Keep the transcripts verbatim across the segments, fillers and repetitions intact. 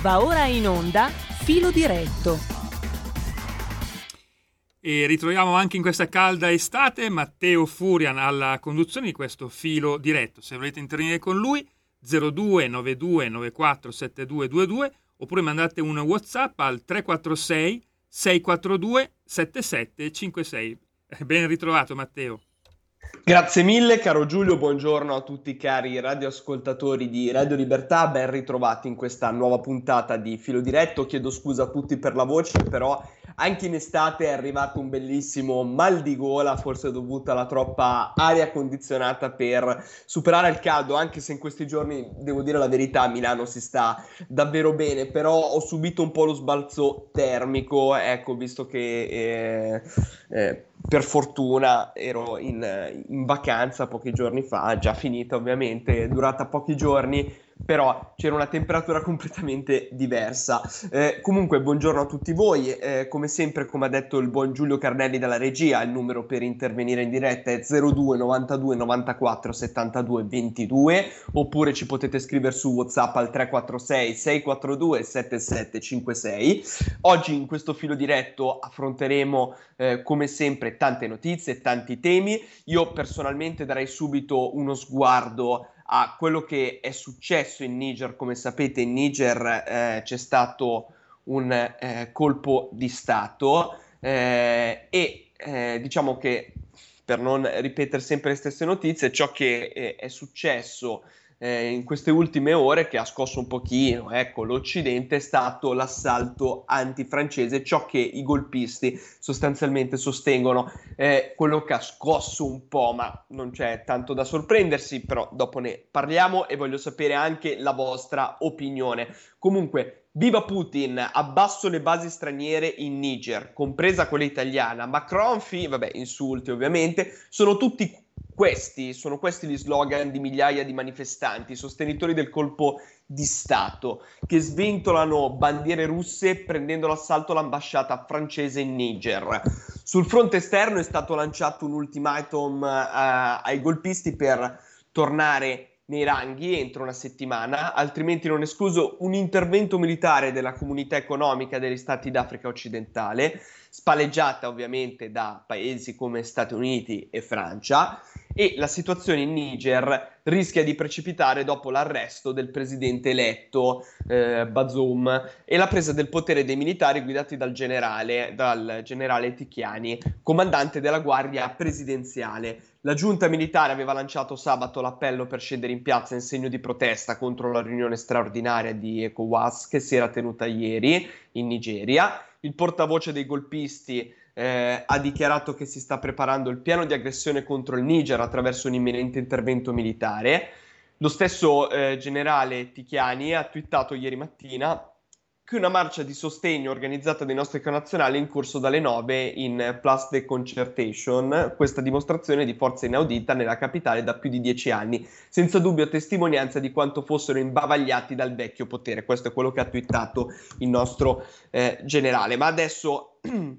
Va ora in onda Filo Diretto. E ritroviamo anche in questa calda estate Matteo Furian alla conduzione di questo Filo Diretto. Se volete intervenire con lui, zero due nove due nove quattro sette due due due oppure mandate un WhatsApp al tre quattro sei sei quattro due sette sette cinque sei. Ben ritrovato Matteo. Grazie mille caro Giulio, buongiorno a tutti cari radioascoltatori di Radio Libertà, ben ritrovati in questa nuova puntata di Filo Diretto. Chiedo scusa a tutti per la voce, però anche in estate è arrivato un bellissimo mal di gola, forse dovuto alla troppa aria condizionata per superare il caldo, anche se in questi giorni, devo dire la verità, a Milano si sta davvero bene, però ho subito un po' lo sbalzo termico, ecco, visto che eh, eh, per fortuna ero in, in vacanza pochi giorni fa, già finita ovviamente, è durata pochi giorni, però c'era una temperatura completamente diversa. Eh, comunque buongiorno a tutti voi, eh, come sempre, come ha detto il buon Giulio Carnelli dalla regia, il numero per intervenire in diretta è zero due novantadue novantaquattro settantadue ventidue, oppure ci potete scrivere su WhatsApp al tre quattro sei sei quattro due sette sette cinque sei. Oggi in questo filo diretto affronteremo eh, come sempre tante notizie, tanti temi. Io personalmente darei subito uno sguardo a quello che è successo in Niger. Come sapete, in Niger eh, c'è stato un eh, colpo di Stato eh, e eh, diciamo che, per non ripetere sempre le stesse notizie, ciò che eh, è successo eh, in queste ultime ore, che ha scosso un pochino ecco, l'Occidente, è stato l'assalto antifrancese, ciò che i golpisti sostanzialmente sostengono. Eh, quello che ha scosso un po', ma non c'è tanto da sorprendersi, però dopo ne parliamo e voglio sapere anche la vostra opinione. Comunque, viva Putin, abbasso le basi straniere in Niger, compresa quella italiana, Macron, fi- vabbè, insulti ovviamente, sono tutti questi, sono questi gli slogan di migliaia di manifestanti, sostenitori del colpo di Stato, che sventolano bandiere russe prendendo l'assalto all'ambasciata francese in Niger. Sul fronte esterno è stato lanciato un ultimatum uh, ai golpisti per tornare nei ranghi entro una settimana, altrimenti non è escluso un intervento militare della comunità economica degli stati d'Africa occidentale, spalleggiata ovviamente da paesi come Stati Uniti e Francia, e la situazione in Niger rischia di precipitare dopo l'arresto del presidente eletto eh, Bazoum e la presa del potere dei militari guidati dal generale, dal generale Tichiani, comandante della guardia presidenziale. La giunta militare aveva lanciato sabato l'appello per scendere in piazza in segno di protesta contro la riunione straordinaria di ECOWAS che si era tenuta ieri in Nigeria. Il portavoce dei golpisti eh, ha dichiarato che si sta preparando il piano di aggressione contro il Niger attraverso un imminente intervento militare. Lo stesso eh, generale Tichiani ha twittato ieri mattina che una marcia di sostegno organizzata dai nostri connazionali è in corso dalle nove in Place de Concertation, questa dimostrazione di forza inaudita nella capitale da più di dieci anni, senza dubbio testimonianza di quanto fossero imbavagliati dal vecchio potere. Questo è quello che ha twittato il nostro eh, generale. Ma adesso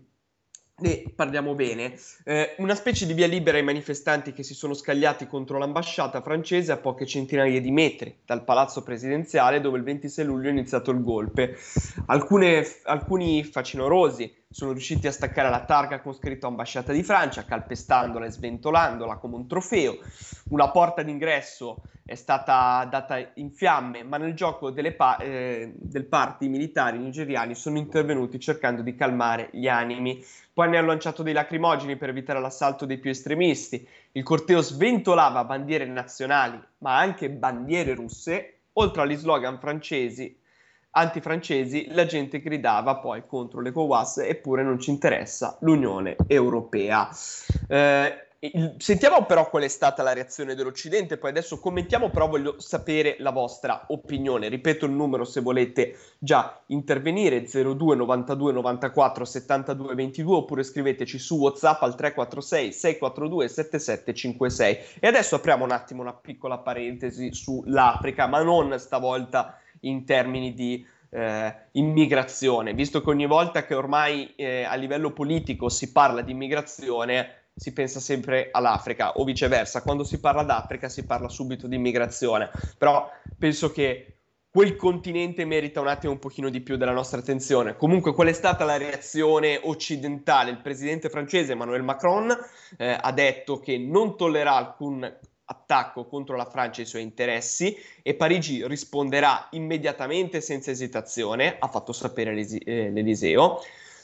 ne parliamo bene. Eh, una specie di via libera ai manifestanti che si sono scagliati contro l'ambasciata francese a poche centinaia di metri dal palazzo presidenziale, dove il ventisei luglio è iniziato il golpe. Alcune, alcuni facinorosi sono riusciti a staccare la targa con scritto ambasciata di Francia, calpestandola e sventolandola come un trofeo. Una porta d'ingresso è stata data in fiamme, ma nel gioco delle pa- eh, del party i militari nigeriani sono intervenuti cercando di calmare gli animi. Poi ne hanno lanciato dei lacrimogeni per evitare l'assalto dei più estremisti. Il corteo sventolava bandiere nazionali, ma anche bandiere russe. Oltre agli slogan francesi, antifrancesi, la gente gridava poi contro l'ECOWAS, eppure non ci interessa l'Unione Europea. Eh, il, sentiamo però qual è stata la reazione dell'Occidente, poi adesso commentiamo, però voglio sapere la vostra opinione. Ripeto il numero se volete già intervenire, zero due novantadue novantaquattro settantadue ventidue, oppure scriveteci su WhatsApp al tre quattro sei sei quattro due sette sette cinque sei. E adesso apriamo un attimo una piccola parentesi sull'Africa, ma non stavolta in termini di eh, immigrazione, visto che ogni volta che ormai eh, a livello politico si parla di immigrazione si pensa sempre all'Africa, o viceversa, quando si parla d'Africa si parla subito di immigrazione. Però penso che quel continente merita un attimo un pochino di più della nostra attenzione. Comunque, qual è stata la reazione occidentale? Il presidente francese Emmanuel Macron eh, ha detto che non tollererà alcun attacco contro la Francia e i suoi interessi, e Parigi risponderà immediatamente senza esitazione, ha fatto sapere eh, l'Eliseo.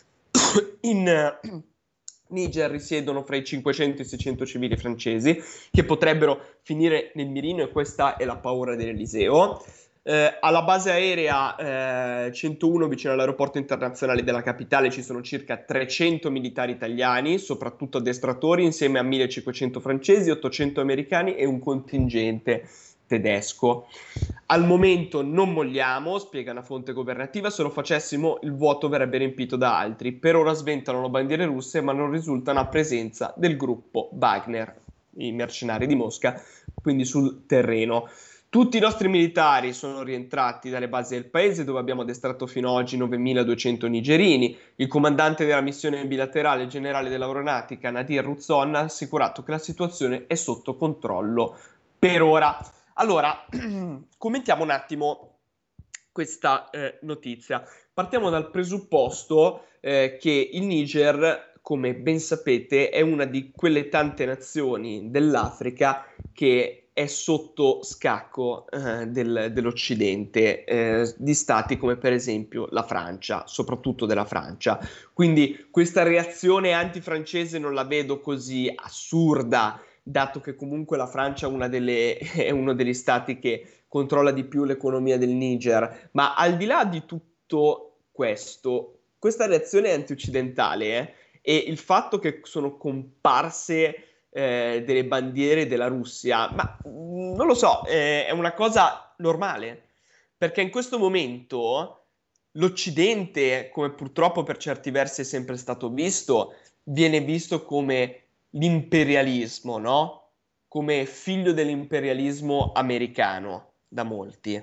In uh, Niger risiedono fra i cinquecento e i seicento civili francesi che potrebbero finire nel mirino, e questa è la paura dell'Eliseo. Eh, alla base aerea eh, centouno vicino all'aeroporto internazionale della capitale ci sono circa trecento militari italiani, soprattutto addestratori, insieme a millecinquecento francesi, ottocento americani e un contingente tedesco. Al momento non molliamo, spiega una fonte governativa, se lo facessimo il vuoto verrebbe riempito da altri. Per ora sventano bandiere russe, ma non risulta una presenza del gruppo Wagner, i mercenari di Mosca, quindi sul terreno. Tutti i nostri militari sono rientrati dalle basi del paese, dove abbiamo addestrato fino ad oggi novemiladuecento nigerini. Il comandante della missione bilaterale, il generale dell'aeronautica Nadir Ruzzon, ha assicurato che la situazione è sotto controllo per ora. Allora, commentiamo un attimo questa eh, notizia. Partiamo dal presupposto eh, che il Niger, come ben sapete, è una di quelle tante nazioni dell'Africa che è sotto scacco eh, del, dell'Occidente, eh, di stati come per esempio la Francia, soprattutto della Francia. Quindi questa reazione antifrancese non la vedo così assurda, dato che comunque la Francia è, una delle, è uno degli stati che controlla di più l'economia del Niger. Ma al di là di tutto questo, questa reazione anti-occidentale eh, e il fatto che sono comparse Eh, delle bandiere della Russia, ma mh, non lo so, eh, è una cosa normale, perché in questo momento l'Occidente, come purtroppo per certi versi è sempre stato visto, viene visto come l'imperialismo, no? Come figlio dell'imperialismo americano da molti.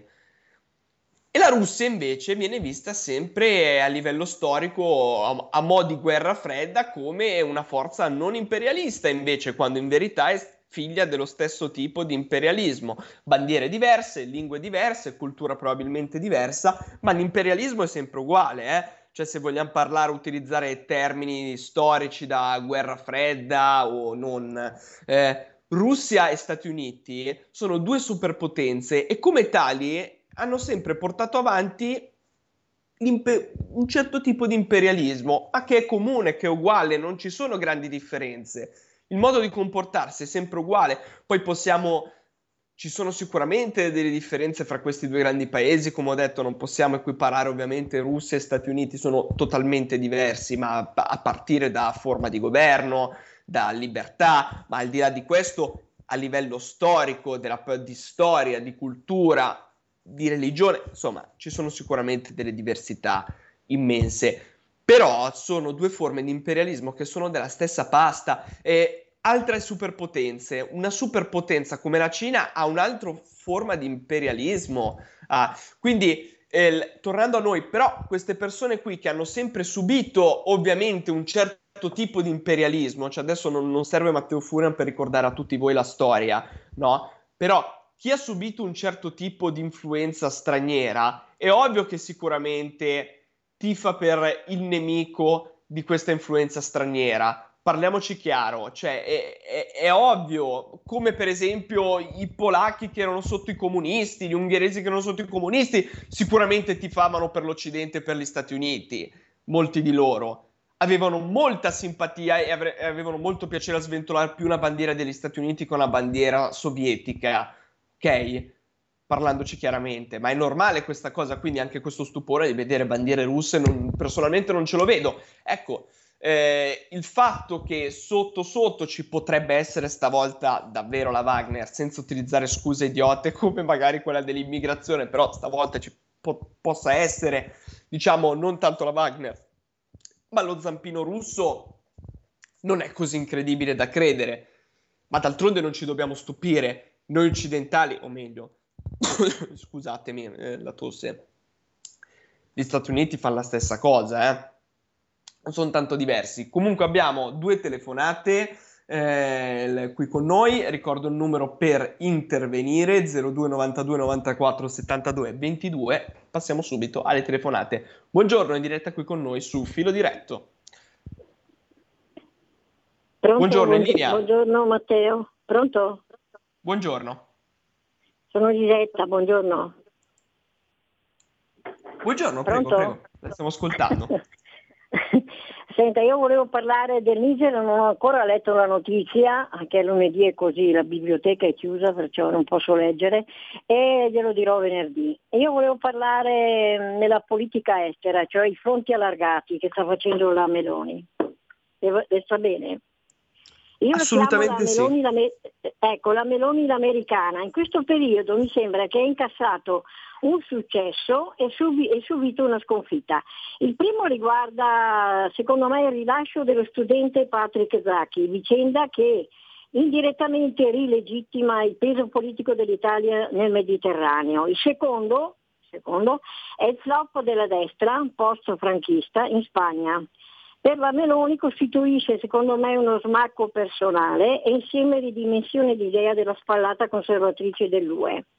E la Russia invece viene vista sempre a livello storico, a, a mo' di guerra fredda, come una forza non imperialista, invece, quando in verità è figlia dello stesso tipo di imperialismo. Bandiere diverse, lingue diverse, cultura probabilmente diversa, ma l'imperialismo è sempre uguale, eh? Cioè, se vogliamo parlare, utilizzare termini storici da guerra fredda o non... Eh, Russia e Stati Uniti sono due superpotenze e come tali hanno sempre portato avanti un certo tipo di imperialismo, ma che è comune, che è uguale, non ci sono grandi differenze. Il modo di comportarsi è sempre uguale. Poi possiamo, ci sono sicuramente delle differenze fra questi due grandi paesi, come ho detto, non possiamo equiparare ovviamente Russia e Stati Uniti, sono totalmente diversi, ma a partire da forma di governo, da libertà, ma al di là di questo, a livello storico, della, di storia, di cultura, di religione, insomma, ci sono sicuramente delle diversità immense, però sono due forme di imperialismo che sono della stessa pasta. E altre superpotenze, una superpotenza come la Cina ha un'altra forma di imperialismo, ah, quindi eh, tornando a noi, però queste persone qui che hanno sempre subito ovviamente un certo tipo di imperialismo, cioè adesso non, non serve Matteo Furian per ricordare a tutti voi la storia, no? Però chi ha subito un certo tipo di influenza straniera è ovvio che sicuramente tifa per il nemico di questa influenza straniera. Parliamoci chiaro, cioè è, è, è ovvio, come per esempio i polacchi che erano sotto i comunisti, gli ungheresi che erano sotto i comunisti, sicuramente tifavano per l'Occidente e per gli Stati Uniti, molti di loro. Avevano molta simpatia e avre- avevano molto piacere a sventolare più una bandiera degli Stati Uniti che una bandiera sovietica. Ok, parlandoci chiaramente, ma è normale questa cosa, quindi anche questo stupore di vedere bandiere russe non, personalmente non ce lo vedo. Ecco, eh, il fatto che sotto sotto ci potrebbe essere stavolta davvero la Wagner, senza utilizzare scuse idiote come magari quella dell'immigrazione, però stavolta ci po- possa essere, diciamo, non tanto la Wagner, ma lo zampino russo, non è così incredibile da credere. Ma d'altronde non ci dobbiamo stupire. Noi occidentali, o meglio, scusatemi eh, la tosse, gli Stati Uniti fanno la stessa cosa, eh? Non sono tanto diversi. Comunque abbiamo due telefonate, eh, qui con noi. Ricordo il numero per intervenire: zero due novantadue novantaquattro settantadue ventidue. Passiamo subito alle telefonate. Buongiorno, in diretta qui con noi su Filo Diretto. Pronto? Buongiorno, in linea. Buongiorno Matteo. Pronto? Buongiorno. Sono Lisetta, buongiorno. Buongiorno, Pronto? prego, prego. La stiamo ascoltando. Senta, io volevo parlare del Niger, non ho ancora letto la notizia, anche lunedì è così, la biblioteca è chiusa, perciò non posso leggere, e glielo dirò venerdì. Io volevo parlare nella politica estera, cioè i fronti allargati che sta facendo la Meloni. Le, le sta bene? Io Assolutamente la Meloni, sì. La, ecco, la Meloni l'americana. In questo periodo mi sembra che ha incassato un successo e, subi, e subito una sconfitta. Il primo riguarda, secondo me, il rilascio dello studente Patrick Zaki, vicenda che indirettamente rilegittima il peso politico dell'Italia nel Mediterraneo. Il secondo, secondo è il flop della destra post-franchista in Spagna. Per la Meloni costituisce secondo me uno smacco personale e insieme ridimensione d'idea della spallata conservatrice dell'U E.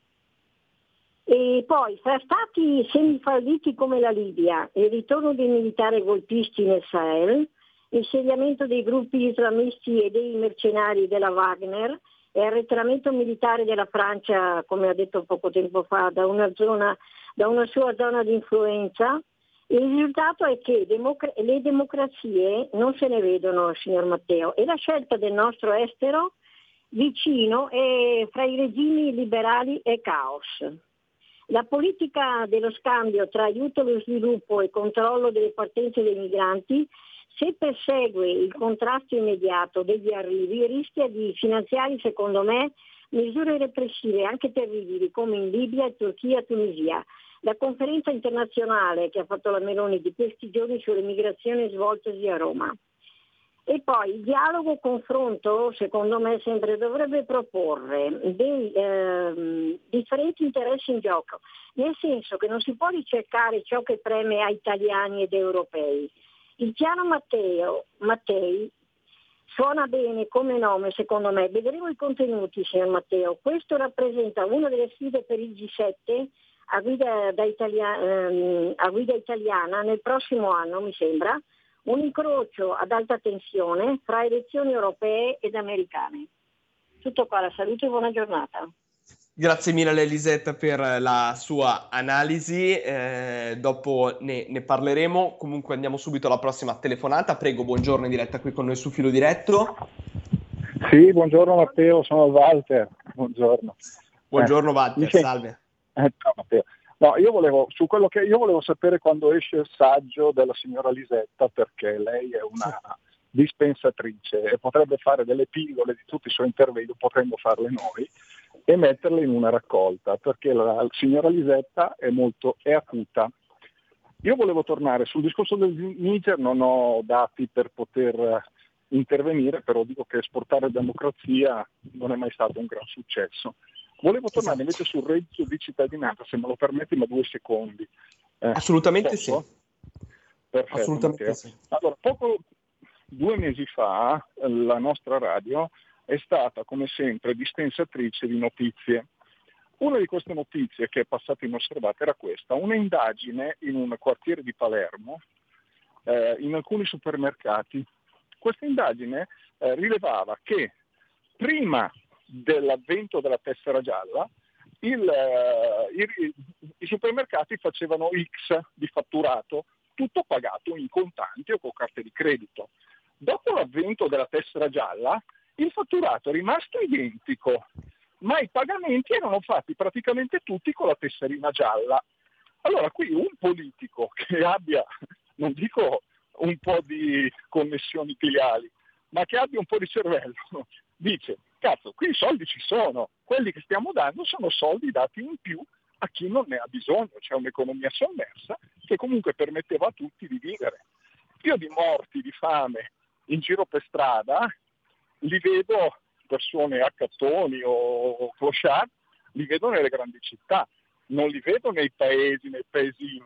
E poi fra stati semifalliti come la Libia, il ritorno dei militari golpisti nel Sahel, l'insediamento dei gruppi islamisti e dei mercenari della Wagner e l'arretramento militare della Francia, come ha detto poco tempo fa, da una, zona, da una sua zona di influenza. Il risultato è che democ- le democrazie non se ne vedono, signor Matteo, e la scelta del nostro estero vicino è fra i regimi liberali è caos. La politica dello scambio tra aiuto allo sviluppo e controllo delle partenze dei migranti, se persegue il contrasto immediato degli arrivi, rischia di finanziare, secondo me, misure repressive anche terribili come in Libia, Turchia e Tunisia. La conferenza internazionale che ha fatto la Meloni di questi giorni sulle migrazioni svoltasi a Roma. E poi il dialogo confronto, secondo me, sempre dovrebbe proporre dei eh, differenti interessi in gioco, nel senso che non si può ricercare ciò che preme a italiani ed europei. Il piano Matteo, Mattei suona bene come nome, secondo me. Vedremo i contenuti, signor Matteo. Questo rappresenta una delle sfide per il G sette a guida, da Italia, ehm, a guida italiana nel prossimo anno, mi sembra, un incrocio ad alta tensione fra elezioni europee ed americane. Tutto qua, la saluto e buona giornata. Grazie mille a Elisetta per la sua analisi, eh, dopo ne, ne parleremo. Comunque andiamo subito alla prossima telefonata. Prego, buongiorno, in diretta qui con noi su Filo Diretto. Sì, buongiorno Matteo, sono Walter. Buongiorno. Buongiorno eh, Walter, sei... salve. Eh, ciao Matteo. No, io volevo, su quello che io volevo sapere quando esce il saggio della signora Lisetta, perché lei è una dispensatrice e potrebbe fare delle pillole di tutti i suoi interventi, potremmo farle noi e metterle in una raccolta, perché la, la signora Lisetta è molto è acuta. Io volevo tornare sul discorso del Niger, non ho dati per poter intervenire, però dico che esportare democrazia non è mai stato un gran successo. Volevo tornare invece sul reddito di cittadinanza, se me lo permetti, ma due secondi. Eh, Assolutamente posso? sì. Perfetto, Assolutamente Matteo. sì. Allora, poco, due mesi fa, la nostra radio è stata, come sempre, dispensatrice di notizie. Una di queste notizie che è passata inosservata era questa: una indagine in un quartiere di Palermo, eh, in alcuni supermercati. Questa indagine eh, rilevava che prima dell'avvento della tessera gialla il, eh, i, i supermercati facevano X di fatturato, tutto pagato in contanti o con carte di credito. Dopo l'avvento della tessera gialla il fatturato è rimasto identico, ma i pagamenti erano fatti praticamente tutti con la tesserina gialla. Allora qui un politico che abbia, non dico un po' di connessioni filiali, ma che abbia un po' di cervello, dice: cazzo, qui i soldi ci sono, quelli che stiamo dando sono soldi dati in più a chi non ne ha bisogno. C'è un'economia sommersa che comunque permetteva a tutti di vivere. Io di morti, di fame in giro per strada li vedo, persone accattoni o clochard, li vedo nelle grandi città, non li vedo nei paesi, nei paesini,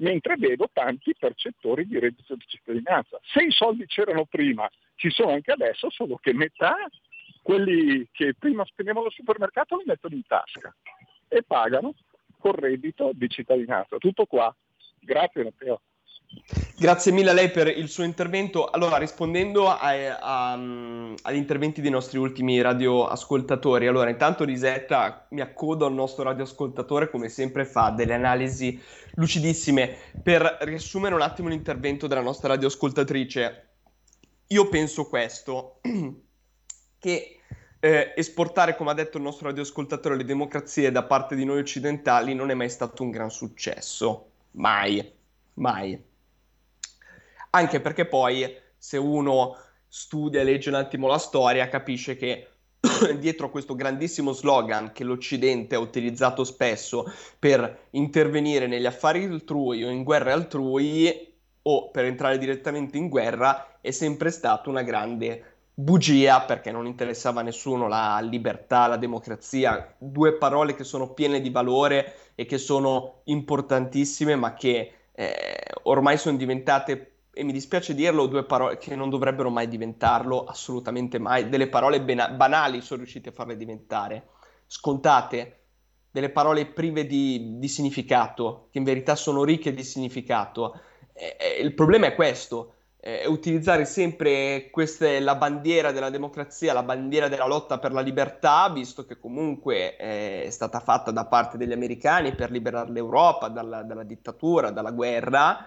mentre vedo tanti percettori di reddito di cittadinanza. Se i soldi c'erano prima, ci sono anche adesso, solo che metà, quelli che prima spendevano al supermercato, li mettono in tasca e pagano col reddito di cittadinanza. Tutto qua. Grazie Matteo. Grazie mille a lei per il suo intervento. Allora, rispondendo a, a, agli interventi dei nostri ultimi radioascoltatori, allora intanto Risetta, mi accodo al nostro radioascoltatore, come sempre fa delle analisi lucidissime. Per riassumere un attimo l'intervento della nostra radioascoltatrice, io penso questo, che eh, esportare, come ha detto il nostro radioascoltatore, le democrazie da parte di noi occidentali non è mai stato un gran successo. Mai, mai. Anche perché poi, se uno studia e legge un attimo la storia, capisce che dietro a questo grandissimo slogan che l'Occidente ha utilizzato spesso per intervenire negli affari altrui o in guerre altrui o per entrare direttamente in guerra, è sempre stata una grande bugia, perché non interessava a nessuno la libertà, la democrazia, due parole che sono piene di valore e che sono importantissime, ma che eh, ormai sono diventate, e mi dispiace dirlo, due parole che non dovrebbero mai diventarlo, assolutamente mai. Delle parole bena- banali sono riusciti a farle diventare scontate, delle parole prive di, di significato, che in verità sono ricche di significato. E, e il problema è questo, è utilizzare sempre queste, la bandiera della democrazia, la bandiera della lotta per la libertà, visto che comunque è stata fatta da parte degli americani per liberare l'Europa dalla, dalla dittatura, dalla guerra,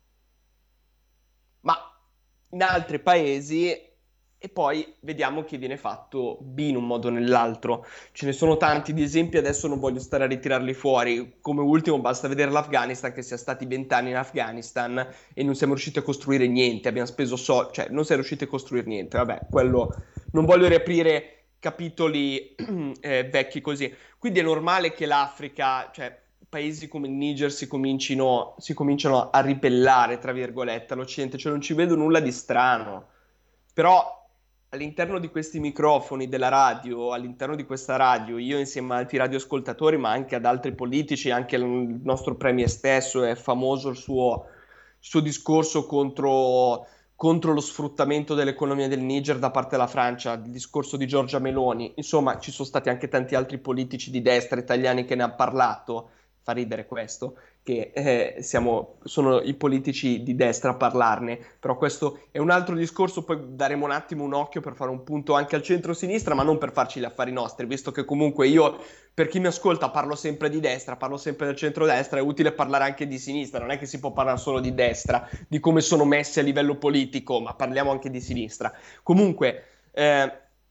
ma in altri paesi, e poi vediamo che viene fatto B in un modo o nell'altro. Ce ne sono tanti di esempi, adesso non voglio stare a ritirarli fuori. Come ultimo basta vedere l'Afghanistan, che sia stati vent'anni in Afghanistan e non siamo riusciti a costruire niente, abbiamo speso soldi, cioè non siamo riusciti a costruire niente, vabbè, quello non voglio riaprire capitoli eh, vecchi così. Quindi è normale che l'Africa, cioè paesi come il Niger si comincino, si cominciano a ribellare, tra virgolette, all'Occidente, cioè non ci vedo nulla di strano. Però all'interno di questi microfoni della radio, all'interno di questa radio, io insieme ad altri radioascoltatori, ma anche ad altri politici, anche il nostro premier stesso, è famoso il suo, il suo discorso contro, contro lo sfruttamento dell'economia del Niger da parte della Francia, il discorso di Giorgia Meloni. Insomma, ci sono stati anche tanti altri politici di destra italiani che ne hanno parlato. Fa ridere questo, che eh, siamo, sono i politici di destra a parlarne, però questo è un altro discorso, poi daremo un attimo un occhio per fare un punto anche al centro-sinistra, ma non per farci gli affari nostri, visto che comunque io, per chi mi ascolta, parlo sempre di destra, parlo sempre del centro-destra, è utile parlare anche di sinistra, non è che si può parlare solo di destra, di come sono messi a livello politico, ma parliamo anche di sinistra. Comunque, eh,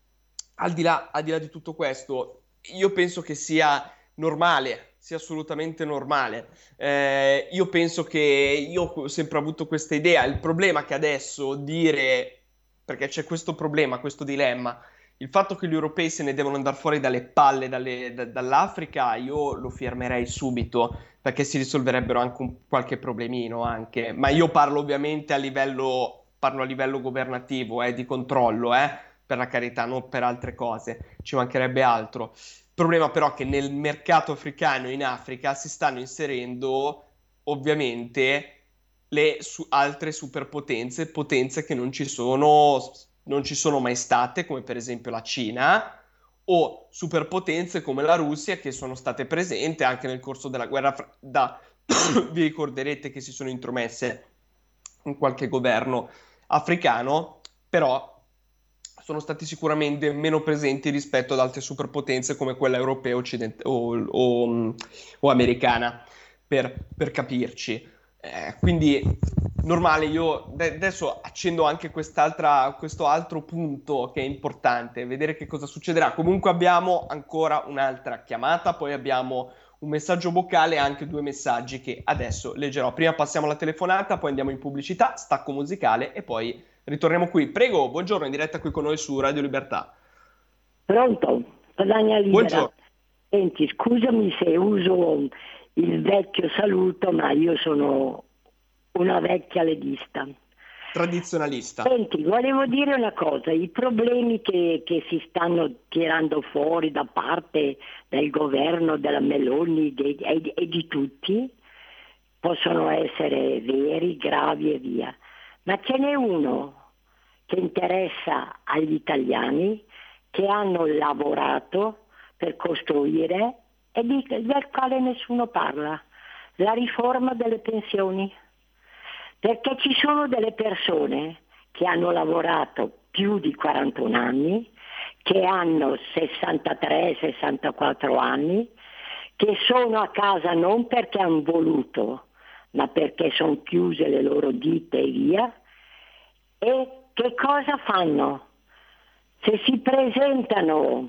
al di là, al di là di tutto questo, io penso che sia normale, sia assolutamente normale. Eh, io penso che io ho sempre avuto questa idea. Il problema è che adesso dire, perché c'è questo problema, questo dilemma, il fatto che gli europei se ne devono andare fuori dalle palle dalle, da, dall'Africa, io lo fermerei subito, perché si risolverebbero anche un, qualche problemino anche. Ma io parlo ovviamente a livello, parlo a livello governativo, eh, di controllo, eh, per la carità, non per altre cose, ci mancherebbe altro. Il problema però è che nel mercato africano in Africa si stanno inserendo ovviamente le su- altre superpotenze, potenze che non ci sono, non ci sono mai state, come per esempio la Cina, o superpotenze come la Russia, che sono state presenti anche nel corso della guerra fra- da vi ricorderete che si sono intromesse in qualche governo africano, però sono stati sicuramente meno presenti rispetto ad altre superpotenze come quella europea occident- o, o, o americana, per, per capirci. Eh, quindi normale, io de- adesso accendo anche quest'altra, questo altro punto che è importante, vedere che cosa succederà. Comunque abbiamo ancora un'altra chiamata, poi abbiamo un messaggio vocale e anche due messaggi che adesso leggerò. Prima passiamo alla telefonata, poi andiamo in pubblicità, stacco musicale e poi ritorniamo qui. Prego, buongiorno, in diretta qui con noi su Radio Libertà. Pronto? Padania Libera. Buongiorno. Senti, scusami se uso il vecchio saluto, ma io sono una vecchia leghista. Tradizionalista. Senti, volevo dire una cosa, i problemi che, che si stanno tirando fuori da parte del governo, della Meloni de, e, e di tutti, possono essere veri, gravi e via, ma ce n'è uno che interessa agli italiani che hanno lavorato per costruire e di, del quale nessuno parla, la riforma delle pensioni, perché ci sono delle persone che hanno lavorato più di quarantuno anni, che hanno sessantatré sessantaquattro anni, che sono a casa non perché hanno voluto, ma perché sono chiuse le loro ditte e via. E che cosa fanno? Se si presentano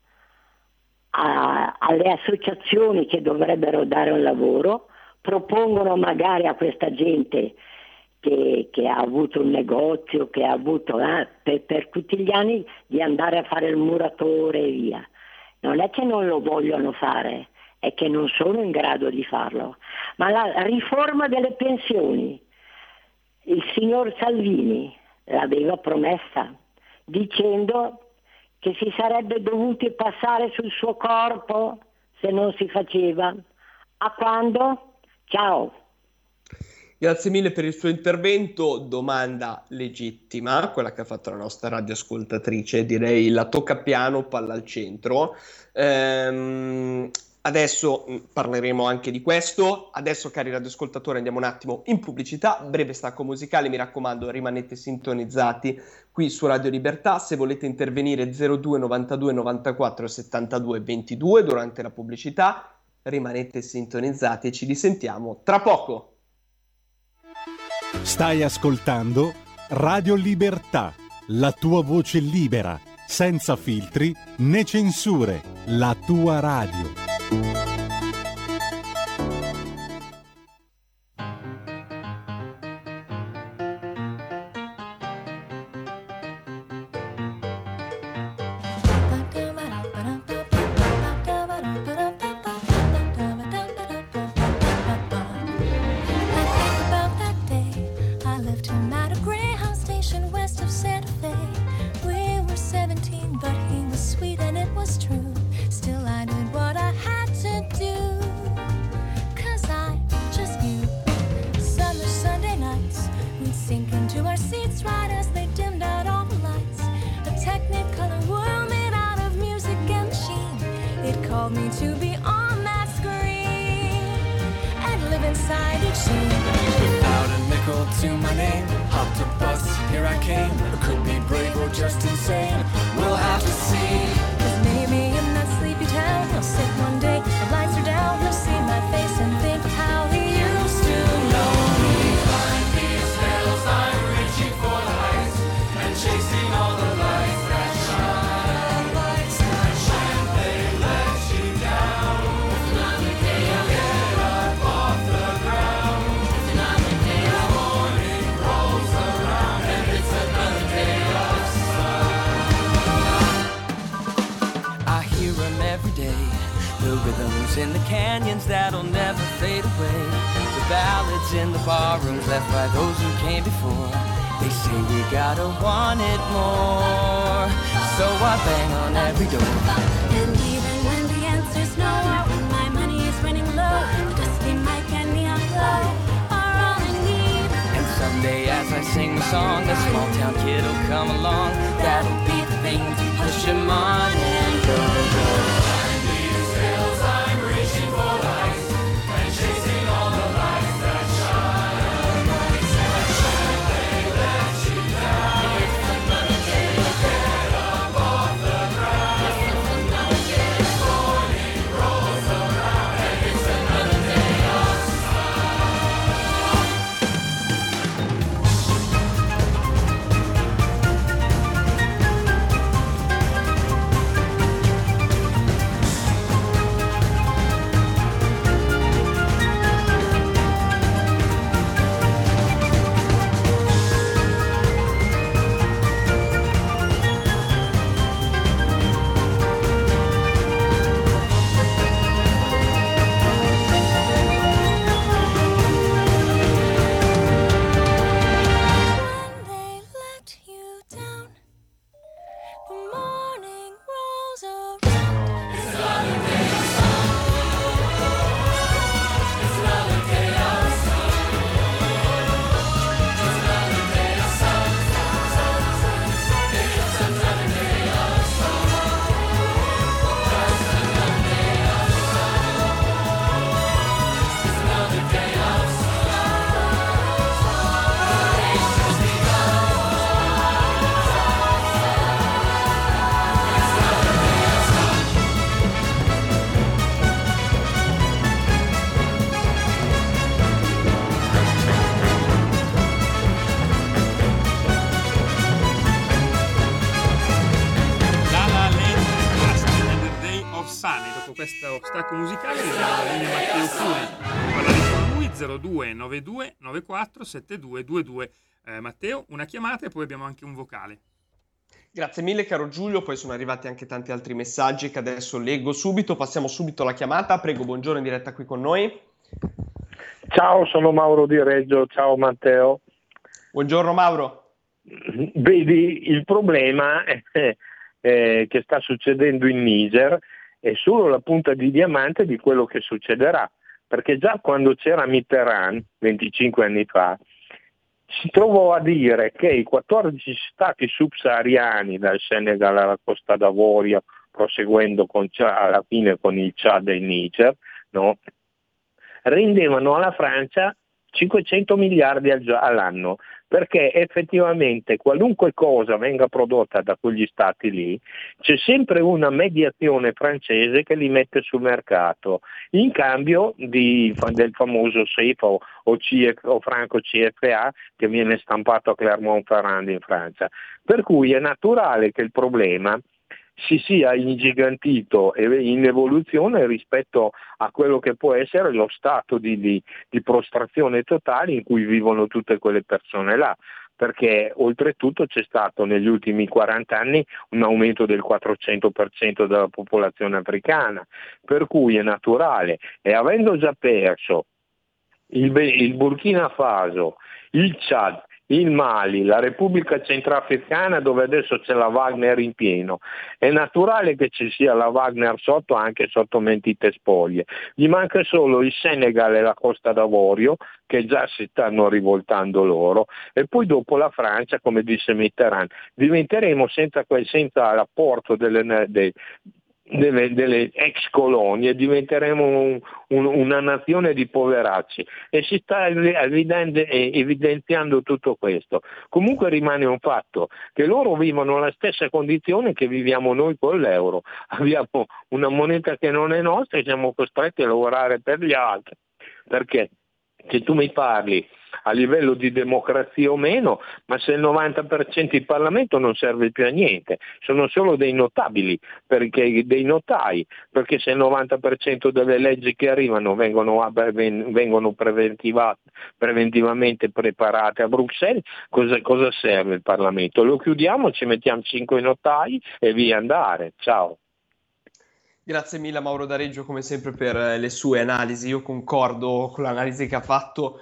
a, alle associazioni che dovrebbero dare un lavoro, propongono magari a questa gente che, che ha avuto un negozio, che ha avuto eh, per, per tutti gli anni di andare a fare il muratore e via. Non è che non lo vogliono fare, è che non sono in grado di farlo. Ma la riforma delle pensioni, il signor Salvini l'aveva promessa, dicendo che si sarebbe dovuti passare sul suo corpo se non si faceva. A quando? Ciao. Grazie mille per il suo intervento. Domanda legittima, quella che ha fatto la nostra radioascoltatrice, direi la tocca piano, palla al centro. Ehm, adesso parleremo anche di questo. Adesso, cari radioascoltatori, andiamo un attimo in pubblicità, breve stacco musicale, mi raccomando rimanete sintonizzati qui su Radio Libertà. Se volete intervenire zero due novantadue novantaquattro settantadue ventidue durante la pubblicità, rimanete sintonizzati e ci risentiamo tra poco. Stai ascoltando Radio Libertà, la tua voce libera, senza filtri né censure, la tua radio. In the canyons that'll never fade away, the ballads in the barrooms left by those who came before. They say we gotta want it more, so I bang on every door. And even when the answer's no, when my money is running low, the dusty mic and neon glow are all I need. And someday as I sing the song, a small town kid will come along. That'll be the thing to push him on and go, go. questo stacco musicale diamo la linea a Matteo Furi per parlare con lui. Zero due nove due nove quattro sette due due due. Eh, Matteo, una chiamata e poi abbiamo anche un vocale. Grazie mille caro Giulio, poi sono arrivati anche tanti altri messaggi che adesso leggo subito. Passiamo subito alla chiamata. Prego, buongiorno in diretta qui con noi. Ciao, sono Mauro di Reggio. Ciao Matteo. Buongiorno Mauro. Vedi, il problema è, eh, che sta succedendo in Niger è solo la punta di diamante di quello che succederà, perché già quando c'era Mitterrand, venticinque anni fa, si trovò a dire che i quattordici stati subsahariani, dal Senegal alla Costa d'Avorio, proseguendo con, alla fine con il Chad e il Niger, no? rendevano alla Francia cinquecento miliardi al, all'anno, perché effettivamente qualunque cosa venga prodotta da quegli stati lì, c'è sempre una mediazione francese che li mette sul mercato, in cambio di, del famoso C E F A o, o, C F, o franco C F A che viene stampato a Clermont-Ferrand in Francia. Per cui è naturale che il problema si sia ingigantito e in evoluzione rispetto a quello che può essere lo stato di, di, di prostrazione totale in cui vivono tutte quelle persone là, perché oltretutto c'è stato negli ultimi quaranta anni un aumento del quattrocento per cento della popolazione africana, per cui è naturale, e avendo già perso il, il Burkina Faso, il Chad, il Mali, la Repubblica Centrafricana, dove adesso c'è la Wagner in pieno, è naturale che ci sia la Wagner sotto, anche sotto mentite spoglie. Gli manca solo il Senegal e la Costa d'Avorio, che già si stanno rivoltando loro, e poi dopo la Francia, come disse Mitterrand, diventeremo senza, senza l'apporto delle, dei, Delle, delle ex colonie, diventeremo un, un, una nazione di poveracci, e si sta evidente, evidenziando tutto questo. Comunque rimane un fatto che loro vivono la stessa condizione che viviamo noi con l'euro, abbiamo una moneta che non è nostra e siamo costretti a lavorare per gli altri, perché se tu mi parli a livello di democrazia o meno, ma se il novanta per cento di Parlamento non serve più a niente, sono solo dei notabili, perché, dei notai, perché se il novanta per cento delle leggi che arrivano vengono, vengono preventivamente preparate a Bruxelles, cosa, cosa serve il Parlamento? Lo chiudiamo, ci mettiamo cinque notai e via andare. Ciao. Grazie mille a Mauro da Reggio come sempre per le sue analisi. Io concordo con l'analisi che ha fatto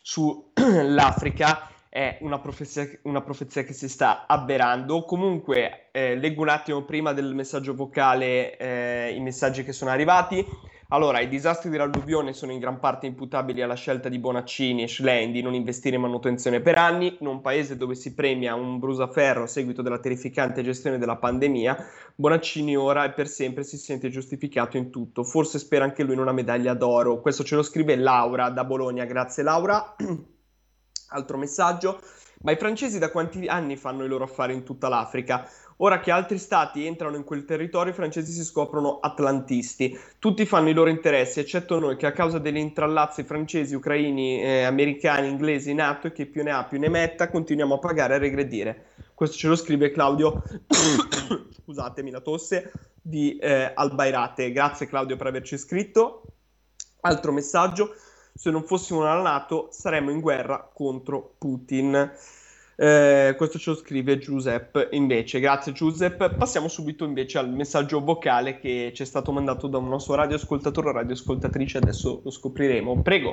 sull'Africa, è una profezia, una profezia che si sta avverando. Comunque eh, leggo un attimo prima del messaggio vocale eh, i messaggi che sono arrivati. Allora, i disastri dell'alluvione sono in gran parte imputabili alla scelta di Bonaccini e Schlein di non investire in manutenzione per anni. In un paese dove si premia un brusaferro a seguito della terrificante gestione della pandemia, Bonaccini ora e per sempre si sente giustificato in tutto. Forse spera anche lui in una medaglia d'oro. Questo ce lo scrive Laura da Bologna. Grazie Laura. Altro messaggio. Ma i francesi da quanti anni fanno i loro affari in tutta l'Africa? Ora che altri stati entrano in quel territorio, i francesi si scoprono atlantisti. Tutti fanno i loro interessi, eccetto noi, che a causa degli intrallazzi francesi, ucraini, eh, americani, inglesi in atto, e che più ne ha più ne metta, continuiamo a pagare e a regredire. Questo ce lo scrive Claudio, scusatemi la tosse, di eh, Albairate. Grazie Claudio per averci scritto. Altro messaggio. Se non fossimo alla NATO saremmo in guerra contro Putin. Eh, questo ce lo scrive Giuseppe invece. Grazie Giuseppe. Passiamo subito invece al messaggio vocale che ci è stato mandato da un nostro radioascoltatore o radioascoltatrice, adesso lo scopriremo. Prego.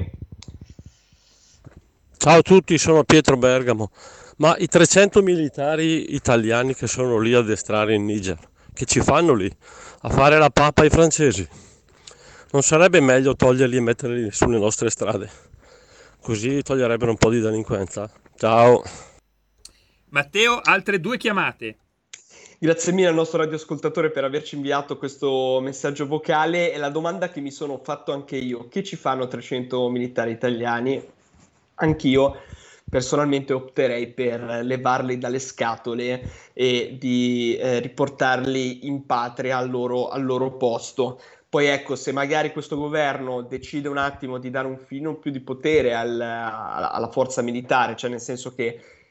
Ciao a tutti, sono Pietro Bergamo. Ma i trecento militari italiani che sono lì a addestrare in Niger, che ci fanno lì? A fare la papa ai francesi? Non sarebbe meglio toglierli e metterli sulle nostre strade? Così toglierebbero un po' di delinquenza. Ciao. Matteo, altre due chiamate. Grazie mille al nostro radioascoltatore per averci inviato questo messaggio vocale, e la domanda che mi sono fatto anche io: che ci fanno trecento militari italiani? Anch'io personalmente opterei per levarli dalle scatole e di eh, riportarli in patria al loro, al loro posto. Poi ecco, se magari questo governo decide un attimo di dare un filo più di potere al, alla forza militare, cioè nel senso che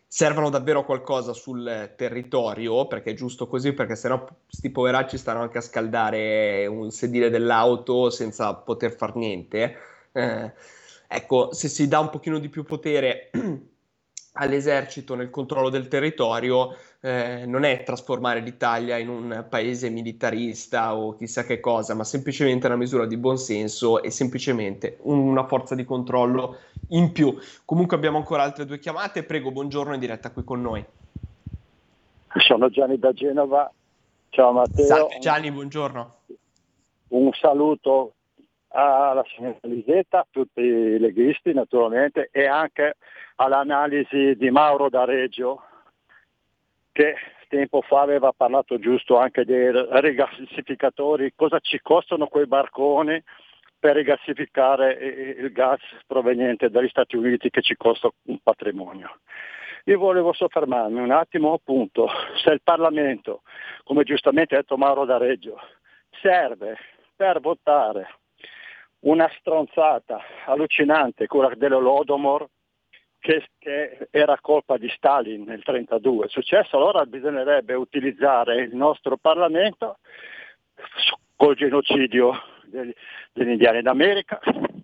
servano davvero a qualcosa sul territorio, perché è giusto così, perché sennò sti poveracci stanno anche a scaldare un sedile dell'auto senza poter far niente. Eh, ecco, se si dà un pochino di più potere all'esercito nel controllo del territorio, eh, non è trasformare l'Italia in un paese militarista o chissà che cosa, ma semplicemente una misura di buonsenso e semplicemente una forza di controllo in più. Comunque abbiamo ancora altre due chiamate, prego, buongiorno, in diretta qui con noi. Sono Gianni da Genova, ciao Matteo. Salve Gianni, buongiorno. Un saluto alla signora Lisetta, a tutti i leghisti naturalmente, e anche all'analisi di Mauro da Reggio, che tempo fa aveva parlato giusto anche dei rigassificatori, cosa ci costano quei barconi per rigassificare il gas proveniente dagli Stati Uniti, che ci costa un patrimonio. Io volevo soffermarmi un attimo appunto se il Parlamento, come giustamente ha detto Mauro da Reggio, serve per votare una stronzata allucinante, quella dell'Holodomor, che, che era colpa di Stalin nel trentadue. È successo, allora bisognerebbe utilizzare il nostro Parlamento col genocidio degli, degli indiani d'America,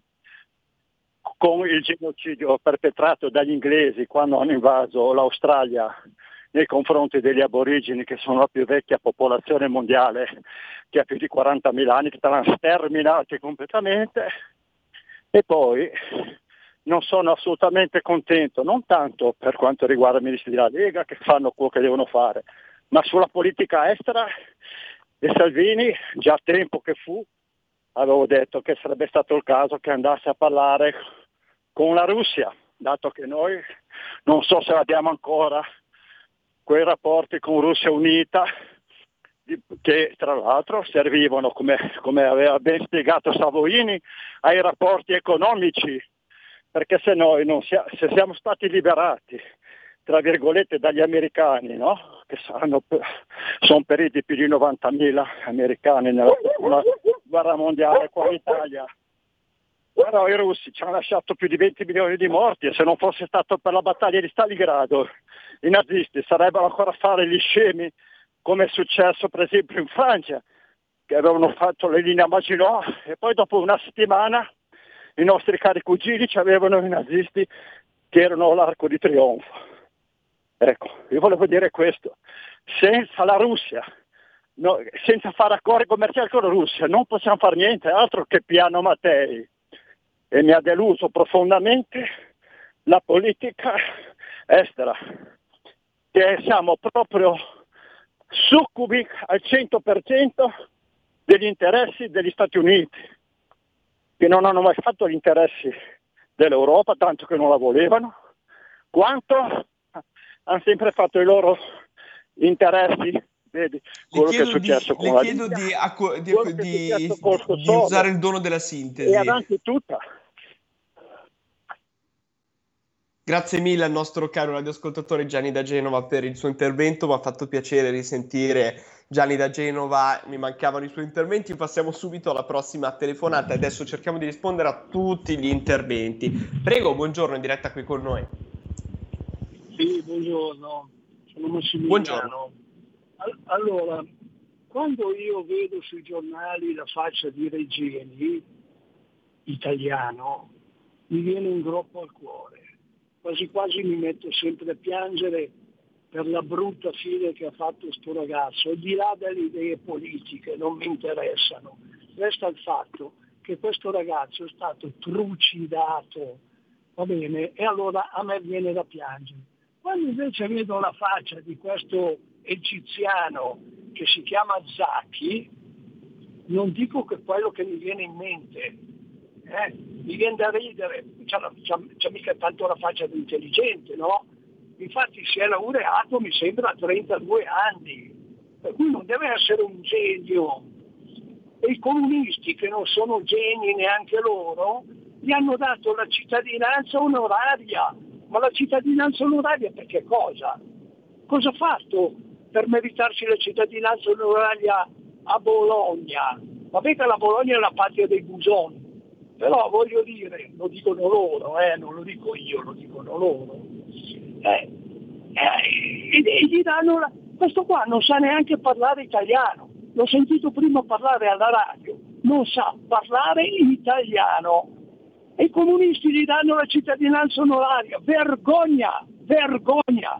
con il genocidio perpetrato dagli inglesi quando hanno invaso l'Australia nei confronti degli aborigeni, che sono la più vecchia popolazione mondiale, che ha più di quarantamila anni, che stanno sterminati completamente. E poi non sono assolutamente contento, non tanto per quanto riguarda i ministri della Lega, che fanno quello che devono fare, ma sulla politica estera. E Salvini, già a tempo che fu, avevo detto che sarebbe stato il caso che andasse a parlare con la Russia, dato che noi non so se abbiamo ancora quei rapporti con Russia Unita, che tra l'altro servivano, come, come aveva ben spiegato Savoini, ai rapporti economici, perché se noi non sia, se siamo stati liberati, tra virgolette, dagli americani, no? Che saranno, sono periti più di novantamila americani nella seconda guerra mondiale qua in Italia, però i russi ci hanno lasciato più di venti milioni di morti, e se non fosse stato per la battaglia di Stalingrado i nazisti sarebbero ancora a fare gli scemi, come è successo per esempio in Francia, che avevano fatto le linee a Maginot, e poi dopo una settimana i nostri cari cugini ci avevano i nazisti che erano l'Arco di Trionfo. Ecco, io volevo dire questo: senza la Russia, no, senza fare accordi commerciali con la Russia non possiamo fare niente altro che piano Mattei. E mi ha deluso profondamente la politica estera, che siamo proprio succubi al cento per cento degli interessi degli Stati Uniti, che non hanno mai fatto gli interessi dell'Europa, tanto che non la volevano, quanto hanno sempre fatto i loro interessi. Vedi quello che è successo di, con la le chiedo Libia, di, acqu- di, di, di, di usare il dono della sintesi. E avanti tutta. Grazie mille al nostro caro radioascoltatore Gianni da Genova per il suo intervento, mi ha fatto piacere risentire Gianni da Genova, mi mancavano i suoi interventi. Passiamo subito alla prossima telefonata e adesso cerchiamo di rispondere a tutti gli interventi. Prego, buongiorno, in diretta qui con noi. Sì, buongiorno, sono Massimiliano. Buongiorno. Allora, quando io vedo sui giornali la faccia di Regeni, italiano, mi viene un groppo al cuore. Quasi quasi mi metto sempre a piangere per la brutta fine che ha fatto sto ragazzo. Al di là delle idee politiche, non mi interessano. Resta il fatto che questo ragazzo è stato trucidato, va bene? E allora a me viene da piangere. Quando invece vedo la faccia di questo egiziano che si chiama Zaki, non dico che quello che mi viene in mente, eh, mi viene da ridere, c'ha, c'ha, c'ha mica tanto la faccia di intelligente, no? Infatti si è laureato, mi sembra, a trentadue anni, per cui non deve essere un genio. E i comunisti, che non sono geni neanche loro, gli hanno dato la cittadinanza onoraria. Ma la cittadinanza onoraria per che cosa? Cosa ha fatto per meritarsi la cittadinanza onoraria a Bologna? Vabbè che la Bologna è la patria dei busoni, però voglio dire, lo dicono loro, eh, non lo dico io, lo dicono loro. Eh, eh, e, e gli danno la... questo qua non sa neanche parlare italiano, l'ho sentito prima parlare alla radio, non sa parlare italiano e i comunisti gli danno la cittadinanza onoraria, vergogna, vergogna.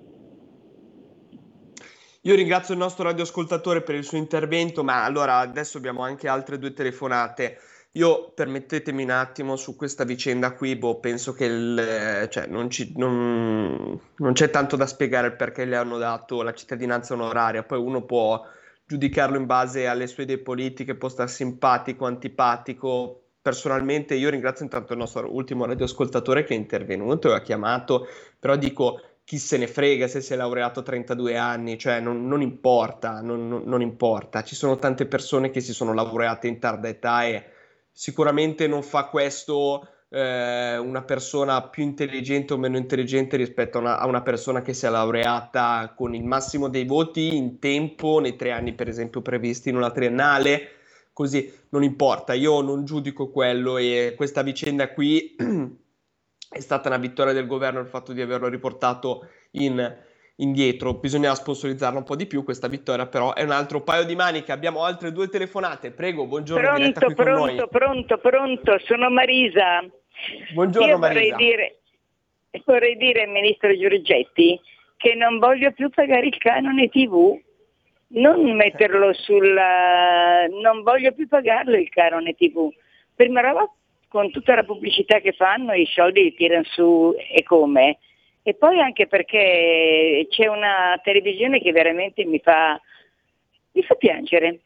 Io ringrazio il nostro radioascoltatore per il suo intervento, ma allora adesso abbiamo anche altre due telefonate. Io, permettetemi un attimo, su questa vicenda qui, boh, penso che il, cioè, non, ci, non, non c'è tanto da spiegare il perché le hanno dato la cittadinanza onoraria, poi uno può giudicarlo in base alle sue idee politiche, può star simpatico, antipatico. Personalmente io ringrazio intanto il nostro ultimo radioascoltatore che è intervenuto e ha chiamato, però dico... chi se ne frega se si è laureato a trentadue anni, cioè non, non importa, non, non, non importa. Ci sono tante persone che si sono laureate in tarda età e sicuramente non fa questo eh, una persona più intelligente o meno intelligente rispetto a una, a una persona che si è laureata con il massimo dei voti in tempo, nei tre anni per esempio previsti in una triennale, così non importa. Io non giudico quello e questa vicenda qui... è stata una vittoria del governo il fatto di averlo riportato in, indietro. Bisognava sponsorizzarla un po' di più questa vittoria, però è un altro paio di maniche. Abbiamo altre due telefonate. Prego, buongiorno. Pronto, diretta qui pronto, con noi. pronto, pronto. Sono Marisa. Buongiorno. Io Marisa. vorrei dire, vorrei dire al ministro Giorgetti che non voglio più pagare il canone tivù. Non metterlo sulla... non voglio più pagarlo il canone tivù. Prima roba, con tutta la pubblicità che fanno, i soldi li tirano su e come. E poi anche perché c'è una televisione che veramente mi fa, mi fa piangere.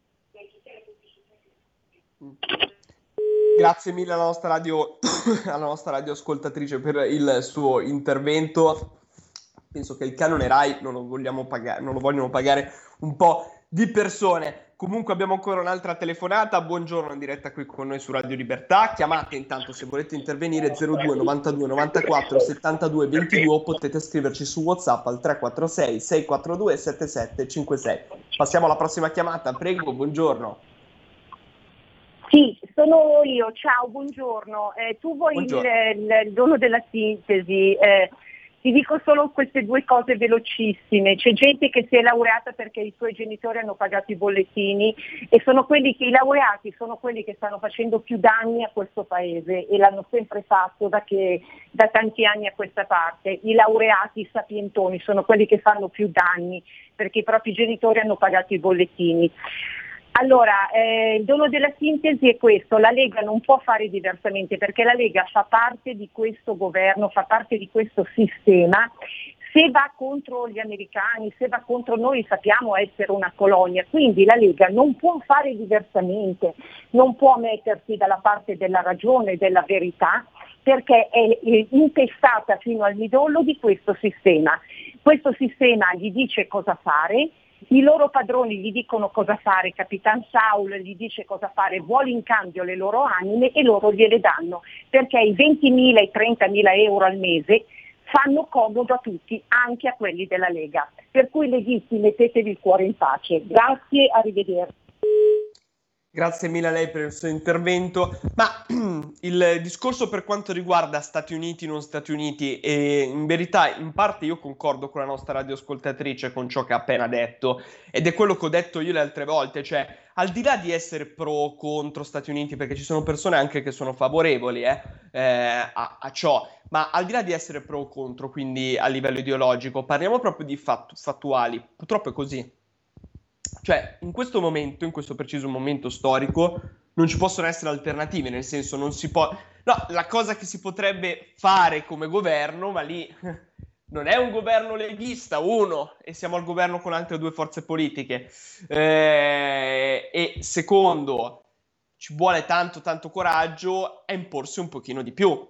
Grazie mille alla nostra radio, alla nostra radioascoltatrice per il suo intervento. Penso che il canone Rai non lo vogliamo pagare, non lo vogliono pagare un po' di persone. Comunque abbiamo ancora un'altra telefonata. Buongiorno, in diretta qui con noi su Radio Libertà. Chiamate intanto se volete intervenire zero due novantadue novantaquattro settantadue ventidue o potete scriverci su WhatsApp al tre quattro sei sei quattro due sette sette cinque sei. Passiamo alla prossima chiamata, prego, buongiorno. Sì, sono io, ciao, buongiorno. Eh, tu vuoi Buongiorno. il, il, il dono della sintesi? Eh, Ti dico solo queste due cose velocissime. C'è gente che si è laureata perché i suoi genitori hanno pagato i bollettini e sono quelli che i laureati sono quelli che stanno facendo più danni a questo paese e l'hanno sempre fatto da, che, da tanti anni a questa parte. I laureati sapientoni sono quelli che fanno più danni perché i propri genitori hanno pagato i bollettini. Allora, eh, il dono della sintesi è questo: la Lega non può fare diversamente perché la Lega fa parte di questo governo, fa parte di questo sistema. Se va contro gli americani, se va contro noi, sappiamo essere una colonia, quindi la Lega non può fare diversamente, non può mettersi dalla parte della ragione e della verità perché è intestata fino al midollo di questo sistema. Questo sistema gli dice cosa fare. I loro padroni gli dicono cosa fare, Capitan Saul gli dice cosa fare, vuole in cambio le loro anime e loro gliele danno, perché i ventimila e i trentamila euro al mese fanno comodo a tutti, anche a quelli della Lega. Per cui leghisti, mettetevi il cuore in pace. Grazie, arrivederci. Grazie mille a lei per il suo intervento, ma il discorso per quanto riguarda Stati Uniti, non Stati Uniti, e in verità in parte io concordo con la nostra radioascoltatrice con ciò che ha appena detto, ed è quello che ho detto io le altre volte, cioè al di là di essere pro o contro Stati Uniti, perché ci sono persone anche che sono favorevoli eh, eh, a, a ciò, ma al di là di essere pro o contro, quindi a livello ideologico, parliamo proprio di fattu- fattuali, purtroppo è così. Cioè, in questo momento, in questo preciso momento storico, non ci possono essere alternative, nel senso non si può... No, la cosa che si potrebbe fare come governo, ma lì non è un governo leghista, uno, e siamo al governo con altre due forze politiche, eh, e secondo, ci vuole tanto tanto coraggio a imporsi un pochino di più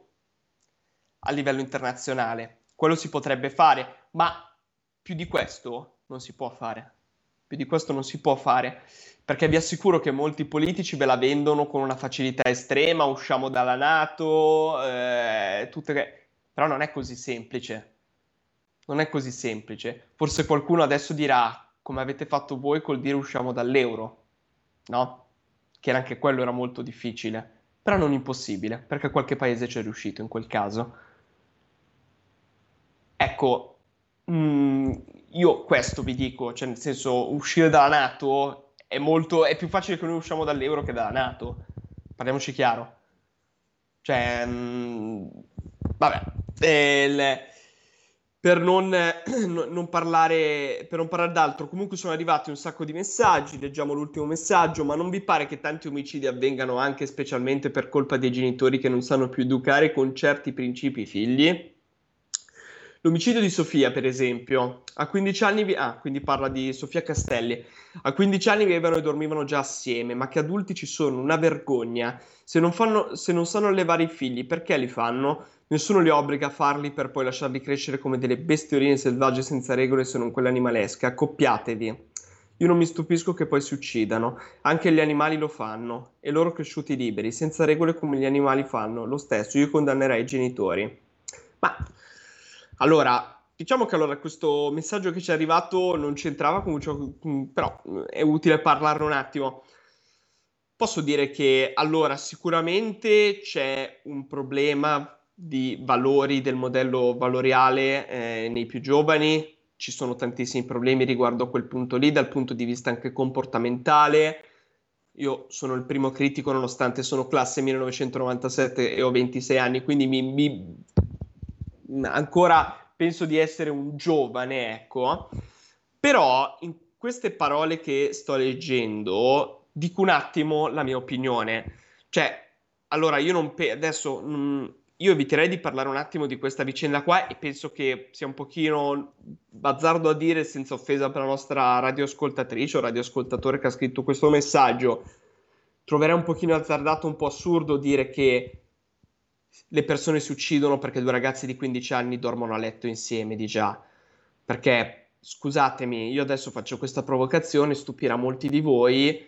a livello internazionale. Quello si potrebbe fare, ma più di questo non si può fare. Più di questo non si può fare, perché vi assicuro che molti politici ve la vendono con una facilità estrema, usciamo dalla NATO, eh, tutte che... però non è così semplice, non è così semplice. Forse qualcuno adesso dirà, come avete fatto voi col dire usciamo dall'euro, no? Che anche quello era molto difficile, però non impossibile, perché qualche paese ci è riuscito in quel caso. Ecco, mm, io questo vi dico, cioè nel senso, uscire dalla NATO è molto, è più facile che noi usciamo dall'euro che dalla NATO, parliamoci chiaro. Cioè, mm, vabbè, eh, il- per non, non- non parlare, per non parlare d'altro, comunque sono arrivati un sacco di messaggi, leggiamo l'ultimo messaggio, ma non vi pare che tanti omicidi avvengano anche e specialmente per colpa dei genitori che non sanno più educare con certi principi i figli? L'omicidio di Sofia, per esempio, a quindici anni, vi- ah, quindi parla di Sofia Castelli, a quindici anni vivevano e dormivano già assieme, ma che adulti ci sono, una vergogna. Se non fanno, se non sanno allevare i figli, perché li fanno? Nessuno li obbliga a farli per poi lasciarli crescere come delle bestioline selvagge senza regole se non quelle animalesche. Accoppiatevi. Io non mi stupisco che poi si uccidano. Anche gli animali lo fanno. E loro cresciuti liberi, senza regole come gli animali fanno. Lo stesso, io condannerei i genitori. Ma, allora, diciamo che allora questo messaggio che ci è arrivato non c'entrava con ciò, però è utile parlarne un attimo. Posso dire che, allora, sicuramente c'è un problema di valori del modello valoriale eh, nei più giovani, ci sono tantissimi problemi riguardo a quel punto lì, dal punto di vista anche comportamentale. Io sono il primo critico nonostante sono classe millenovecentonovantasette e ho ventisei anni, quindi mi, mi- ancora penso di essere un giovane, ecco. Però in queste parole che sto leggendo dico un attimo la mia opinione. Cioè, allora io non pe- adesso mh, io eviterei di parlare un attimo di questa vicenda qua e penso che sia un pochino bazzardo a dire, senza offesa per la nostra radioascoltatrice o radioascoltatore che ha scritto questo messaggio. Troverei un pochino azzardato, un po' assurdo dire che le persone si uccidono perché due ragazzi di quindici anni dormono a letto insieme di già. Perché, scusatemi, io adesso faccio questa provocazione, stupirà molti di voi.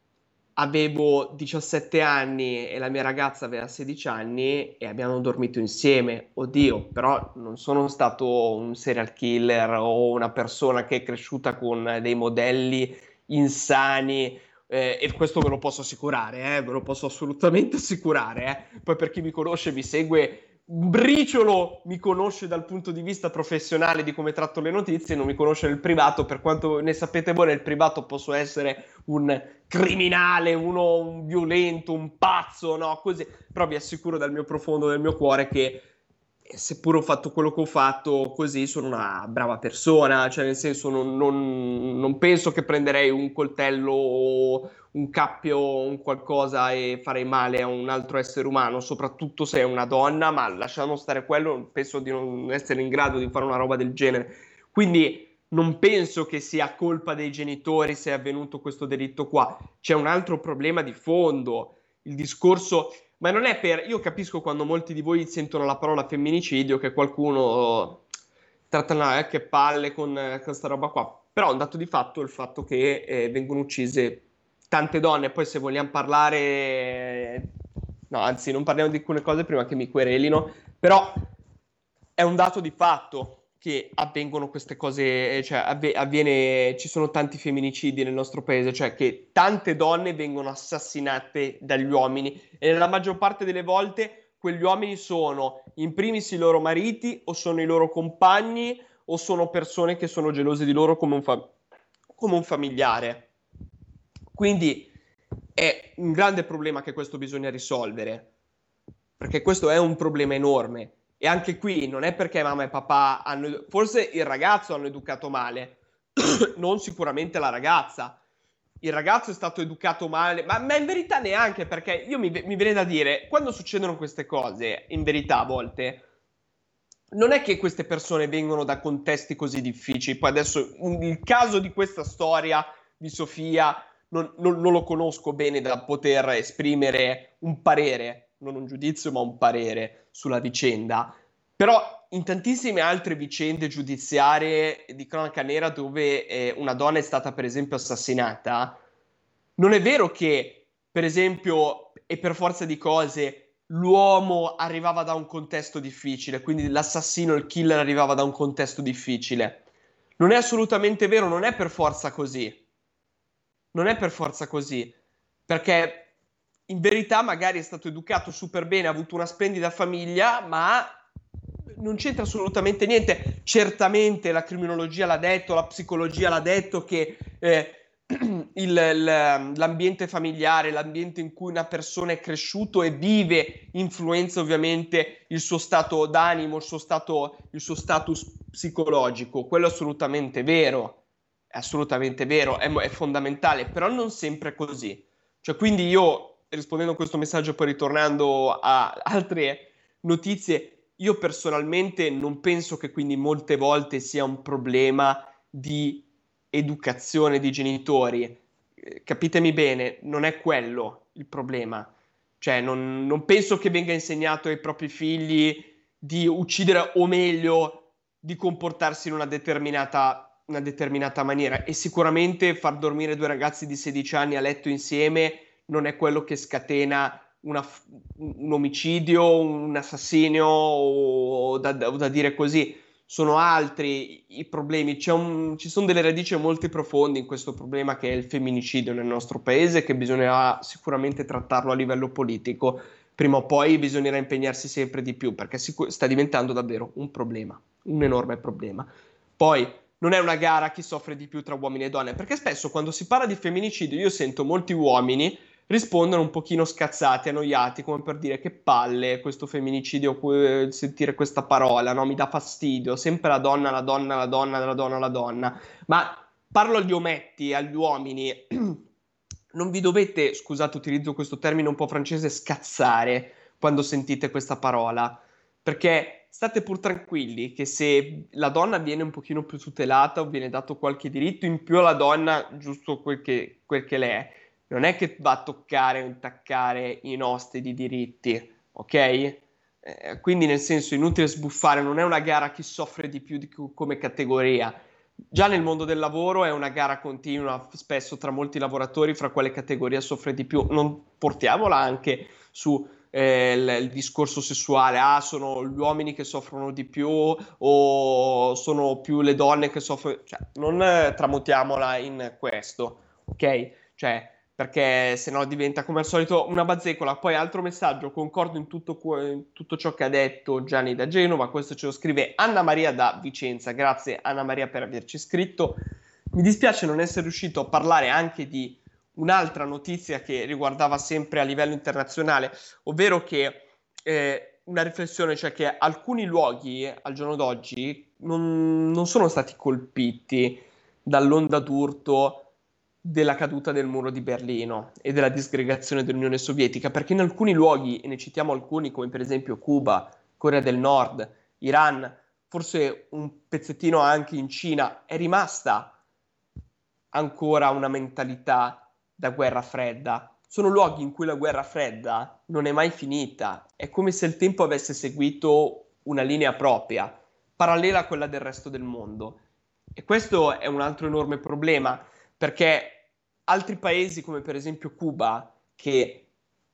Avevo diciassette anni e la mia ragazza aveva sedici anni e abbiamo dormito insieme. Oddio, però non sono stato un serial killer o una persona che è cresciuta con dei modelli insani, eh, e questo ve lo posso assicurare, eh, ve lo posso assolutamente assicurare. eh. Poi per chi mi conosce, mi segue un briciolo, mi conosce dal punto di vista professionale di come tratto le notizie, non mi conosce nel privato, per quanto ne sapete voi, nel privato posso essere un criminale, uno un violento, un pazzo, no, così, però vi assicuro dal mio profondo del mio cuore che eh, seppur ho fatto quello che ho fatto così, sono una brava persona, cioè nel senso non, non- non penso che prenderei un coltello o un cappio o un qualcosa e farei male a un altro essere umano, soprattutto se è una donna, ma lasciamo stare quello, penso di non essere in grado di fare una roba del genere. Quindi non penso che sia colpa dei genitori se è avvenuto questo delitto qua. C'è un altro problema di fondo, il discorso, ma non è per, io capisco quando molti di voi sentono la parola femminicidio che qualcuno tratta, no, eh, che palle con eh, questa roba qua, però è un dato di fatto il fatto che eh, vengono uccise tante donne. Poi se vogliamo parlare, eh, no, anzi non parliamo di alcune cose prima che mi querelino, però è un dato di fatto che avvengono queste cose, cioè avve- avviene, ci sono tanti femminicidi nel nostro paese, cioè che tante donne vengono assassinate dagli uomini e nella maggior parte delle volte quegli uomini sono in primis i loro mariti o sono i loro compagni o sono persone che sono gelose di loro come un, fa- come un familiare. Quindi è un grande problema che questo bisogna risolvere, perché questo è un problema enorme. E anche qui non è perché mamma e papà hanno, forse il ragazzo hanno educato male, non sicuramente la ragazza. Il ragazzo è stato educato male, ma, ma in verità neanche, perché io mi, mi viene da dire, quando succedono queste cose, in verità a volte, non è che queste persone vengono da contesti così difficili. Poi adesso il caso di questa storia di Sofia non, non- non lo conosco bene da poter esprimere un parere, non un giudizio, ma un parere sulla vicenda. Però in tantissime altre vicende giudiziarie di cronaca nera dove eh, una donna è stata per esempio assassinata, non è vero che, per esempio, e per forza di cose, l'uomo arrivava da un contesto difficile, quindi l'assassino, il killer arrivava da un contesto difficile. Non è assolutamente vero, non è per forza così. Non è per forza così, perché in verità magari è stato educato super bene, ha avuto una splendida famiglia, ma non c'entra assolutamente niente. Certamente la criminologia l'ha detto, la psicologia l'ha detto che eh, il, l'ambiente familiare, l'ambiente in cui una persona è cresciuto e vive, influenza ovviamente il suo stato d'animo, il suo stato, il suo status psicologico. Quello è assolutamente vero, è assolutamente vero, è, è fondamentale, però non sempre è così. Cioè, quindi io, rispondendo a questo messaggio, poi ritornando a altre notizie, io personalmente non penso che quindi molte volte sia un problema di educazione di genitori. Eh, capitemi bene, non è quello il problema. Cioè, non, non penso che venga insegnato ai propri figli di uccidere, o meglio, di comportarsi in una determinata, una determinata maniera. E sicuramente far dormire due ragazzi di sedici anni a letto insieme non è quello che scatena Una, un omicidio, un assassinio, o da, o da dire così. Sono altri i problemi. C'è un, ci sono delle radici molto profonde in questo problema che è il femminicidio nel nostro paese, che bisognerà sicuramente trattarlo a livello politico. Prima o poi bisognerà impegnarsi sempre di più, perché sicur- sta diventando davvero un problema, un enorme problema. Poi non è una gara chi soffre di più tra uomini e donne, perché spesso quando si parla di femminicidio io sento molti uomini rispondono un pochino scazzati, annoiati, come per dire che palle questo femminicidio, que- sentire questa parola, no? Mi dà fastidio, sempre la donna, la donna, la donna, la donna, la donna. Ma parlo agli ometti, agli uomini, non vi dovete, scusate, utilizzo questo termine un po' francese, scazzare quando sentite questa parola, perché state pur tranquilli che se la donna viene un pochino più tutelata o viene dato qualche diritto in più alla donna, giusto quel che, quel che le è, non è che va a toccare o intaccare i nostri di diritti, ok? Eh, quindi nel senso, inutile sbuffare, non è una gara chi soffre di più di cu- come categoria. Già nel mondo del lavoro è una gara continua, spesso tra molti lavoratori, fra quale categoria soffre di più. Non portiamola anche su eh, il, il discorso sessuale, ah, sono gli uomini che soffrono di più o sono più le donne che soffrono, cioè, non eh, tramutiamola in questo, ok? Cioè, perché se no diventa come al solito una bazzecola. Poi altro messaggio, concordo in tutto, in tutto ciò che ha detto Gianni da Genova, questo ce lo scrive Anna Maria da Vicenza. Grazie Anna Maria per averci scritto. Mi dispiace non essere riuscito a parlare anche di un'altra notizia che riguardava sempre a livello internazionale, ovvero che eh, una riflessione, cioè che alcuni luoghi al giorno d'oggi non, non sono stati colpiti dall'onda d'urto della caduta del muro di Berlino e della disgregazione dell'Unione Sovietica, perché in alcuni luoghi, e ne citiamo alcuni come per esempio Cuba, Corea del Nord, Iran, forse un pezzettino anche in Cina, è rimasta ancora una mentalità da guerra fredda. Sono luoghi in cui la guerra fredda non è mai finita, è come se il tempo avesse seguito una linea propria, parallela a quella del resto del mondo. E questo è un altro enorme problema, perché altri paesi come per esempio Cuba, che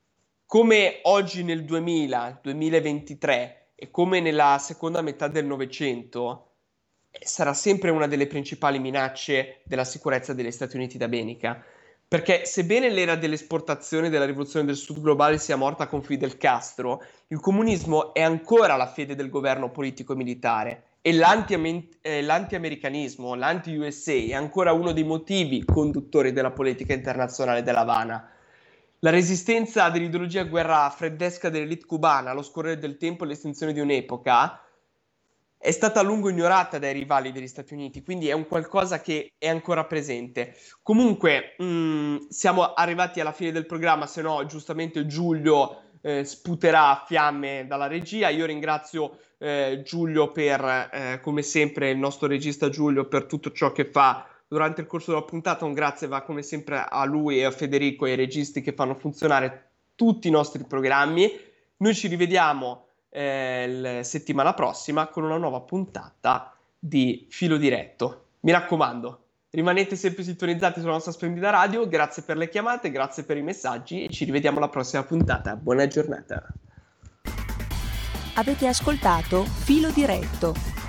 come oggi nel duemila, duemilaventitré e come nella seconda metà del Novecento, sarà sempre una delle principali minacce della sicurezza degli Stati Uniti d'America. Perché sebbene l'era dell'esportazione della rivoluzione del sud globale sia morta con Fidel Castro, il comunismo è ancora la fede del governo politico e militare. E l'anti- eh, l'anti-americanismo, l'anti-U S A è ancora uno dei motivi conduttori della politica internazionale dell'Havana. La resistenza dell'ideologia guerra freddesca dell'elite cubana allo scorrere del tempo e l'estinzione di un'epoca è stata a lungo ignorata dai rivali degli Stati Uniti, quindi è un qualcosa che è ancora presente. Comunque mh, siamo arrivati alla fine del programma, se no giustamente Giulio eh, sputerà fiamme dalla regia. Io ringrazio Eh, Giulio per, eh, come sempre, il nostro regista Giulio, per tutto ciò che fa durante il corso della puntata. Un grazie va come sempre a lui e a Federico e ai registi che fanno funzionare tutti i nostri programmi. Noi ci rivediamo eh, la settimana prossima con una nuova puntata di Filo Diretto. Mi raccomando, rimanete sempre sintonizzati sulla nostra splendida radio. Grazie per le chiamate, grazie per i messaggi e ci rivediamo alla prossima puntata. Buona giornata. Avete ascoltato Filo Diretto,